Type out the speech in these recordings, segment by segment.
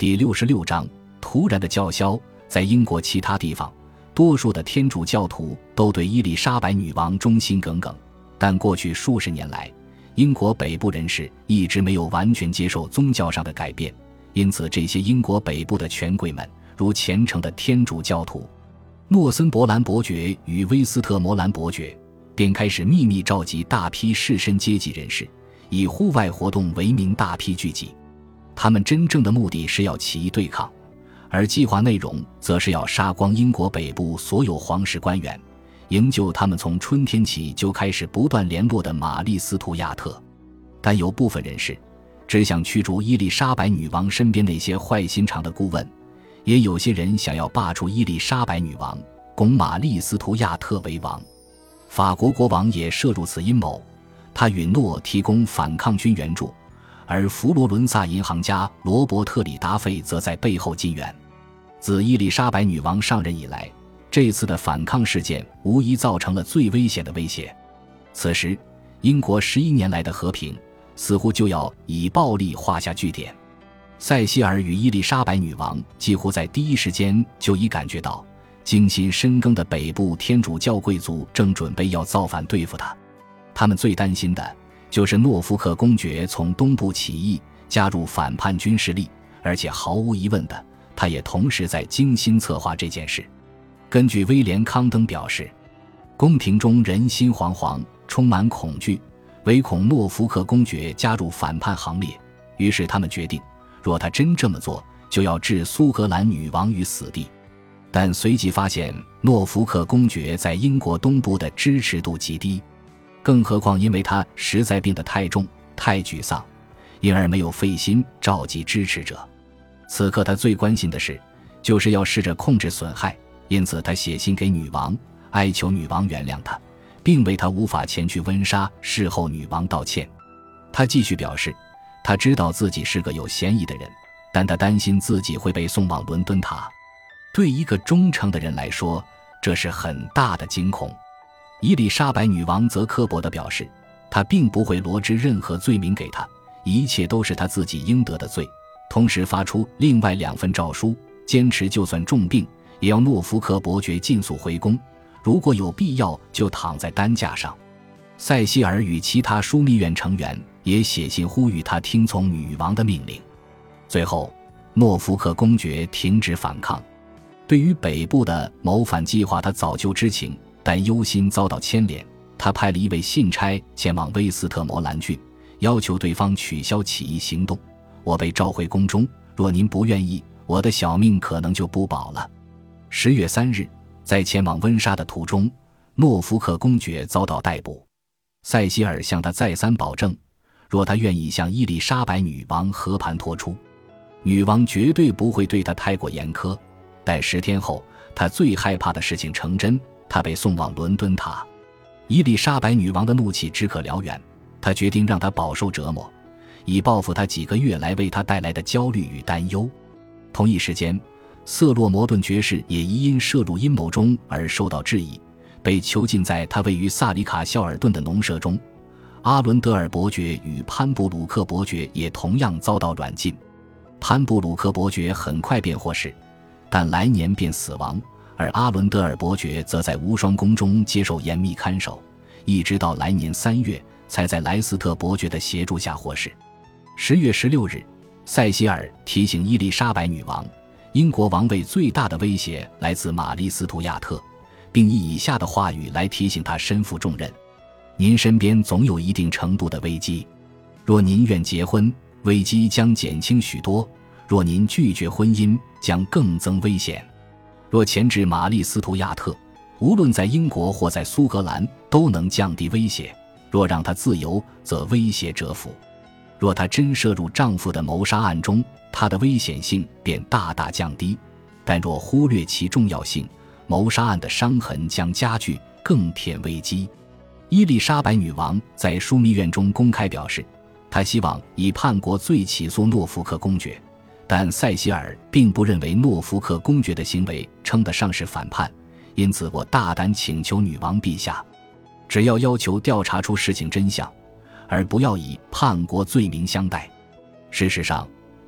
第66章突然的叫嚣。在英国其他地方，多数的天主教徒都对伊丽莎白女王忠心耿耿，但过去数十年来，英国北部人士一直没有完全接受宗教上的改变，因此这些英国北部的权贵们，如虔诚的天主教徒诺森伯兰伯爵与威斯特摩兰伯爵，便开始秘密召集大批士绅阶级人士，以户外活动为名大批聚集。他们真正的目的是要起义对抗，而计划内容则是要杀光英国北部所有皇室官员，营救他们从春天起就开始不断联络的玛丽·斯图亚特。但有部分人士只想驱逐伊丽莎白女王身边那些坏心肠的顾问，也有些人想要罢黜伊丽莎白女王，拱玛丽·斯图亚特为王。法国国王也涉入此阴谋，他允诺提供反抗军援助，而佛罗伦萨银行家罗伯特·里达费则在背后进援。自伊丽莎白女王上任以来，这次的反抗事件无疑造成了最危险的威胁。此时，英国11年来的和平似乎就要以暴力画下句点。塞西尔与伊丽莎白女王几乎在第一时间就已感觉到，精心深耕的北部天主教贵族正准备要造反对付他。他们最担心的就是诺福克公爵从东部起义，加入反叛军势力，而且毫无疑问的，他也同时在精心策划这件事。根据威廉·康登表示，宫廷中人心惶惶，充满恐惧，唯恐诺福克公爵加入反叛行列，于是他们决定，若他真这么做，就要置苏格兰女王于死地。但随即发现诺福克公爵在英国东部的支持度极低，更何况因为他实在病得太重，太沮丧，因而没有费心召集支持者。此刻他最关心的事就是要试着控制损害，因此他写信给女王，哀求女王原谅他，并为他无法前去温莎事后女王道歉。他继续表示，他知道自己是个有嫌疑的人，但他担心自己会被送往伦敦塔。对一个忠诚的人来说，这是很大的惊恐。伊丽莎白女王则刻薄地表示，她并不会罗织任何罪名给他，一切都是他自己应得的罪，同时发出另外2份诏书，坚持就算重病，也要诺福克伯爵尽速回宫，如果有必要就躺在担架上。塞西尔与其他枢密院成员也写信呼吁他听从女王的命令。最后，诺福克公爵停止反抗。对于北部的谋反计划他早就知情，但忧心遭到牵连，他派了一位信差前往威斯特摩兰郡，要求对方取消起义行动。我被召回宫中，若您不愿意，我的小命可能就不保了。10月3日，在前往温莎的途中，诺福克公爵遭到逮捕。塞西尔向他再三保证，若他愿意向伊丽莎白女王和盘托出，女王绝对不会对他太过严苛。但10天后，他最害怕的事情成真，他被送往伦敦塔。伊丽莎白女王的怒气只可燎原，她决定让他饱受折磨，以报复他几个月来为他带来的焦虑与担忧。同一时间，瑟洛摩顿爵士也疑因涉入阴谋中而受到质疑，被囚禁在他位于萨里卡肖尔顿的农舍中。阿伦德尔伯爵与潘布鲁克伯爵也同样遭到软禁。潘布鲁克伯爵很快便获释，但来年便死亡，而阿伦德尔伯爵则在无双宫中接受严密看守，一直到来年3月才在莱斯特伯爵的协助下获释。10月16日，塞西尔提醒伊丽莎白女王，英国王位最大的威胁来自玛丽·斯图亚特，并以以下的话语来提醒她身负重任：您身边总有一定程度的危机，若您愿结婚，危机将减轻许多；若您拒绝婚姻，将更增危险。若钳制玛丽·斯图亚特，无论在英国或在苏格兰都能降低威胁；若让她自由，则威胁折服。若她真涉入丈夫的谋杀案中，她的危险性便大大降低；但若忽略其重要性，谋杀案的伤痕将加剧，更添危机。伊丽莎白女王在枢密院中公开表示，她希望以叛国罪起诉诺福克公爵，但塞西尔并不认为诺福克公爵的行为称得上是反叛，因此我大胆请求女王陛下，只要求调查出事情真相，而不要以叛国罪名相待。事实上，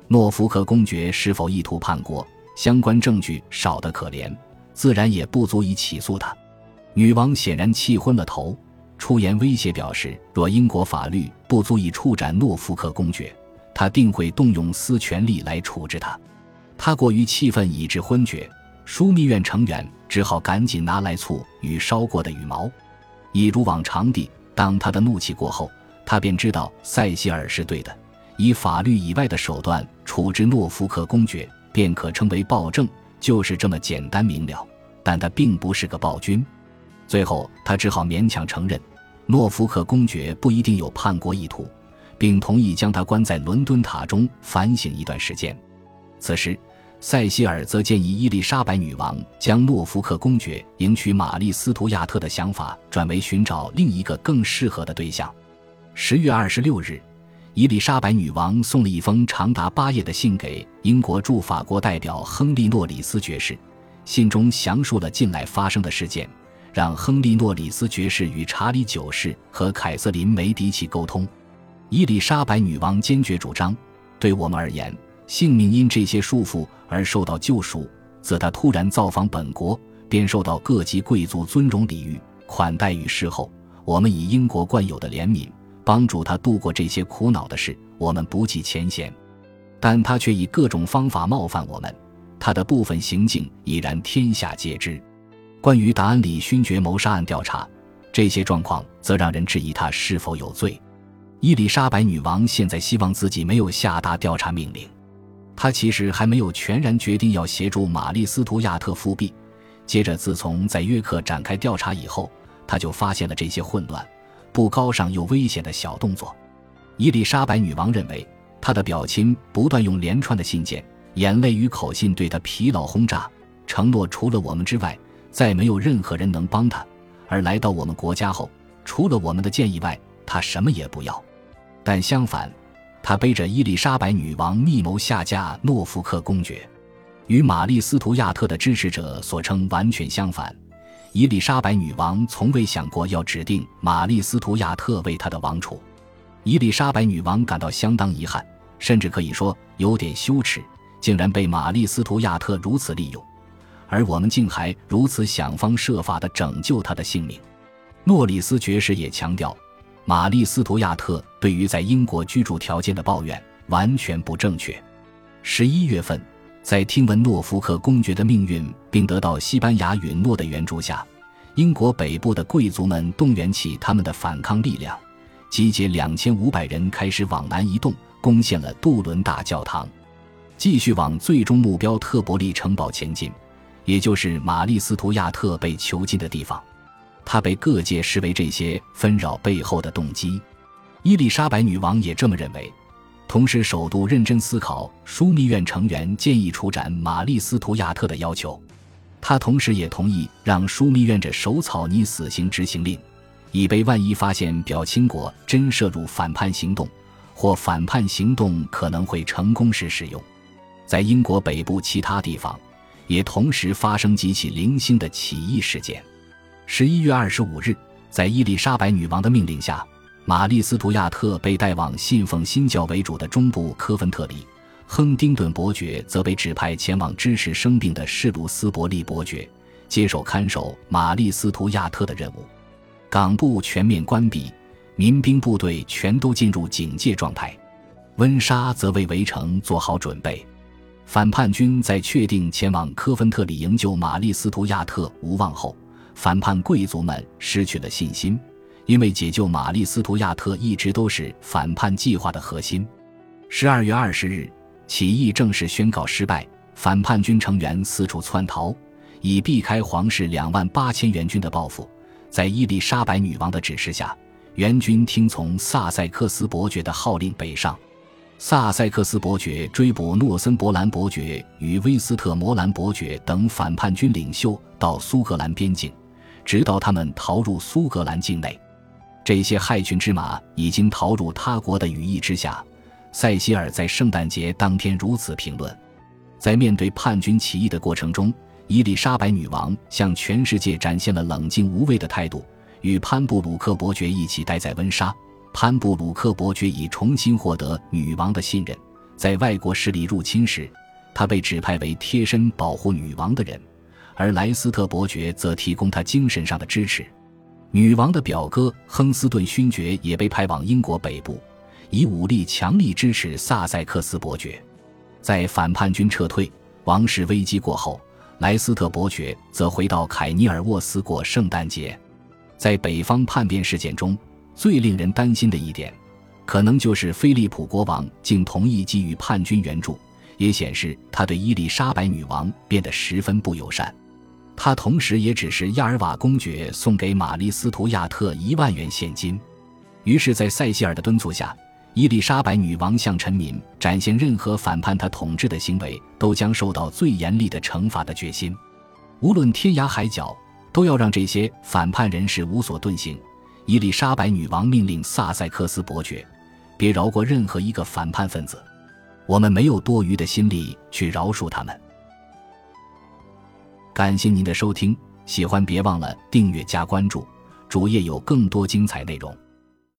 诺福克公爵是否意图叛国，相关证据少得可怜，自然也不足以起诉他。女王显然气昏了头，出言威胁表示，若英国法律不足以处斩诺福克公爵，她定会动用私权力来处置他。她过于气愤以致昏厥，枢密院成员只好赶紧拿来醋与烧过的羽毛。一如往常地，当他的怒气过后，他便知道塞西尔是对的，以法律以外的手段处置诺福克公爵便可称为暴政，就是这么简单明了。但他并不是个暴君。最后他只好勉强承认诺福克公爵不一定有叛国意图，并同意将他关在伦敦塔中反省一段时间。此时塞西尔则建议伊丽莎白女王将诺福克公爵迎娶玛丽斯图亚特的想法转为寻找另一个更适合的对象。10月26日，伊丽莎白女王送了一封长达8页的信给英国驻法国代表亨利·诺里斯爵士，信中详述了近来发生的事件，让亨利·诺里斯爵士与查理九世和凯瑟琳·梅迪奇沟通。伊丽莎白女王坚决主张，对我们而言，性命因这些束缚而受到救赎，自他突然造访本国，便受到各级贵族尊荣礼遇、款待与侍候。我们以英国惯有的怜悯帮助他度过这些苦恼的事，我们不计前嫌。但他却以各种方法冒犯我们，他的部分行径已然天下皆知。关于达恩里勋爵谋杀案调查，这些状况则让人质疑他是否有罪。伊丽莎白女王现在希望自己没有下达调查命令，她其实还没有全然决定要协助玛丽斯图亚特复辟。接着自从在约克展开调查以后，她就发现了这些混乱、不高尚又危险的小动作。伊丽莎白女王认为，她的表亲不断用连串的信件、眼泪与口信对她疲劳轰炸，承诺除了我们之外再没有任何人能帮她，而来到我们国家后，除了我们的建议外，她什么也不要。但相反，她背着伊丽莎白女王密谋下嫁诺福克公爵，与玛丽斯图亚特的支持者所称完全相反。伊丽莎白女王从未想过要指定玛丽斯图亚特为她的王储。伊丽莎白女王感到相当遗憾，甚至可以说有点羞耻，竟然被玛丽斯图亚特如此利用，而我们竟还如此想方设法地拯救她的性命。诺里斯爵士也强调，玛丽斯图亚特对于在英国居住条件的抱怨完全不正确。11月份，在听闻诺福克公爵的命运并得到西班牙允诺的援助下，英国北部的贵族们动员起他们的反抗力量，集结2500人开始往南移动，攻陷了杜伦大教堂，继续往最终目标特伯利城堡前进，也就是玛丽斯图亚特被囚禁的地方。他被各界视为这些纷扰背后的动机。伊丽莎白女王也这么认为，同时首度认真思考枢密院成员建议处斩玛丽斯图亚特的要求。她同时也同意让枢密院者手草拟死刑执行令，以备万一发现表亲国真涉入反叛行动，或反叛行动可能会成功时使用。在英国北部其他地方也同时发生几起零星的起义事件。11月25日，在伊丽莎白女王的命令下，玛丽斯图亚特被带往信奉新教为主的中部科芬特里，亨丁顿伯爵则被指派前往支持生病的士鲁斯伯利伯爵，接手看守玛丽斯图亚特的任务。港部全面关闭，民兵部队全都进入警戒状态。温莎则为围城做好准备。反叛军在确定前往科芬特里营救玛丽斯图亚特无望后，反叛贵族们失去了信心，因为解救玛丽斯图亚特一直都是反叛计划的核心。12月20日，起义正式宣告失败，反叛军成员四处窜逃，以避开皇室28000援军的报复。在伊丽莎白女王的指示下，援军听从萨塞克斯伯爵的号令北上。萨塞克斯伯爵追捕诺森伯兰伯爵与威斯特摩兰伯爵等反叛军领袖到苏格兰边境，直到他们逃入苏格兰境内。这些害群之马已经逃入他国的羽翼之下，塞西尔在圣诞节当天如此评论。在面对叛军起义的过程中，伊丽莎白女王向全世界展现了冷静无畏的态度，与潘布鲁克伯爵一起待在温莎。潘布鲁克伯爵已重新获得女王的信任， 在外国势力入侵时，他被指派为贴身保护女王的人，而莱斯特伯爵则提供他精神上的支持。女王的表哥亨斯顿勋爵也被派往英国北部，以武力强力支持萨塞克斯伯爵。在反叛军撤退、王室危机过后，莱斯特伯爵则回到凯尼尔沃斯过圣诞节。在北方叛变事件中，最令人担心的一点，可能就是菲利普国王竟同意给予叛军援助，也显示他对伊丽莎白女王变得十分不友善。他同时也指示亚尔瓦公爵送给玛丽斯图亚特1万元现金。于是在塞西尔的敦促下，伊丽莎白女王向臣民展现任何反叛她统治的行为都将受到最严厉的惩罚的决心。无论天涯海角，都要让这些反叛人士无所遁形。伊丽莎白女王命令萨塞克斯伯爵别饶过任何一个反叛分子，我们没有多余的心力去饶恕他们。感谢您的收听，喜欢别忘了订阅加关注，主页有更多精彩内容。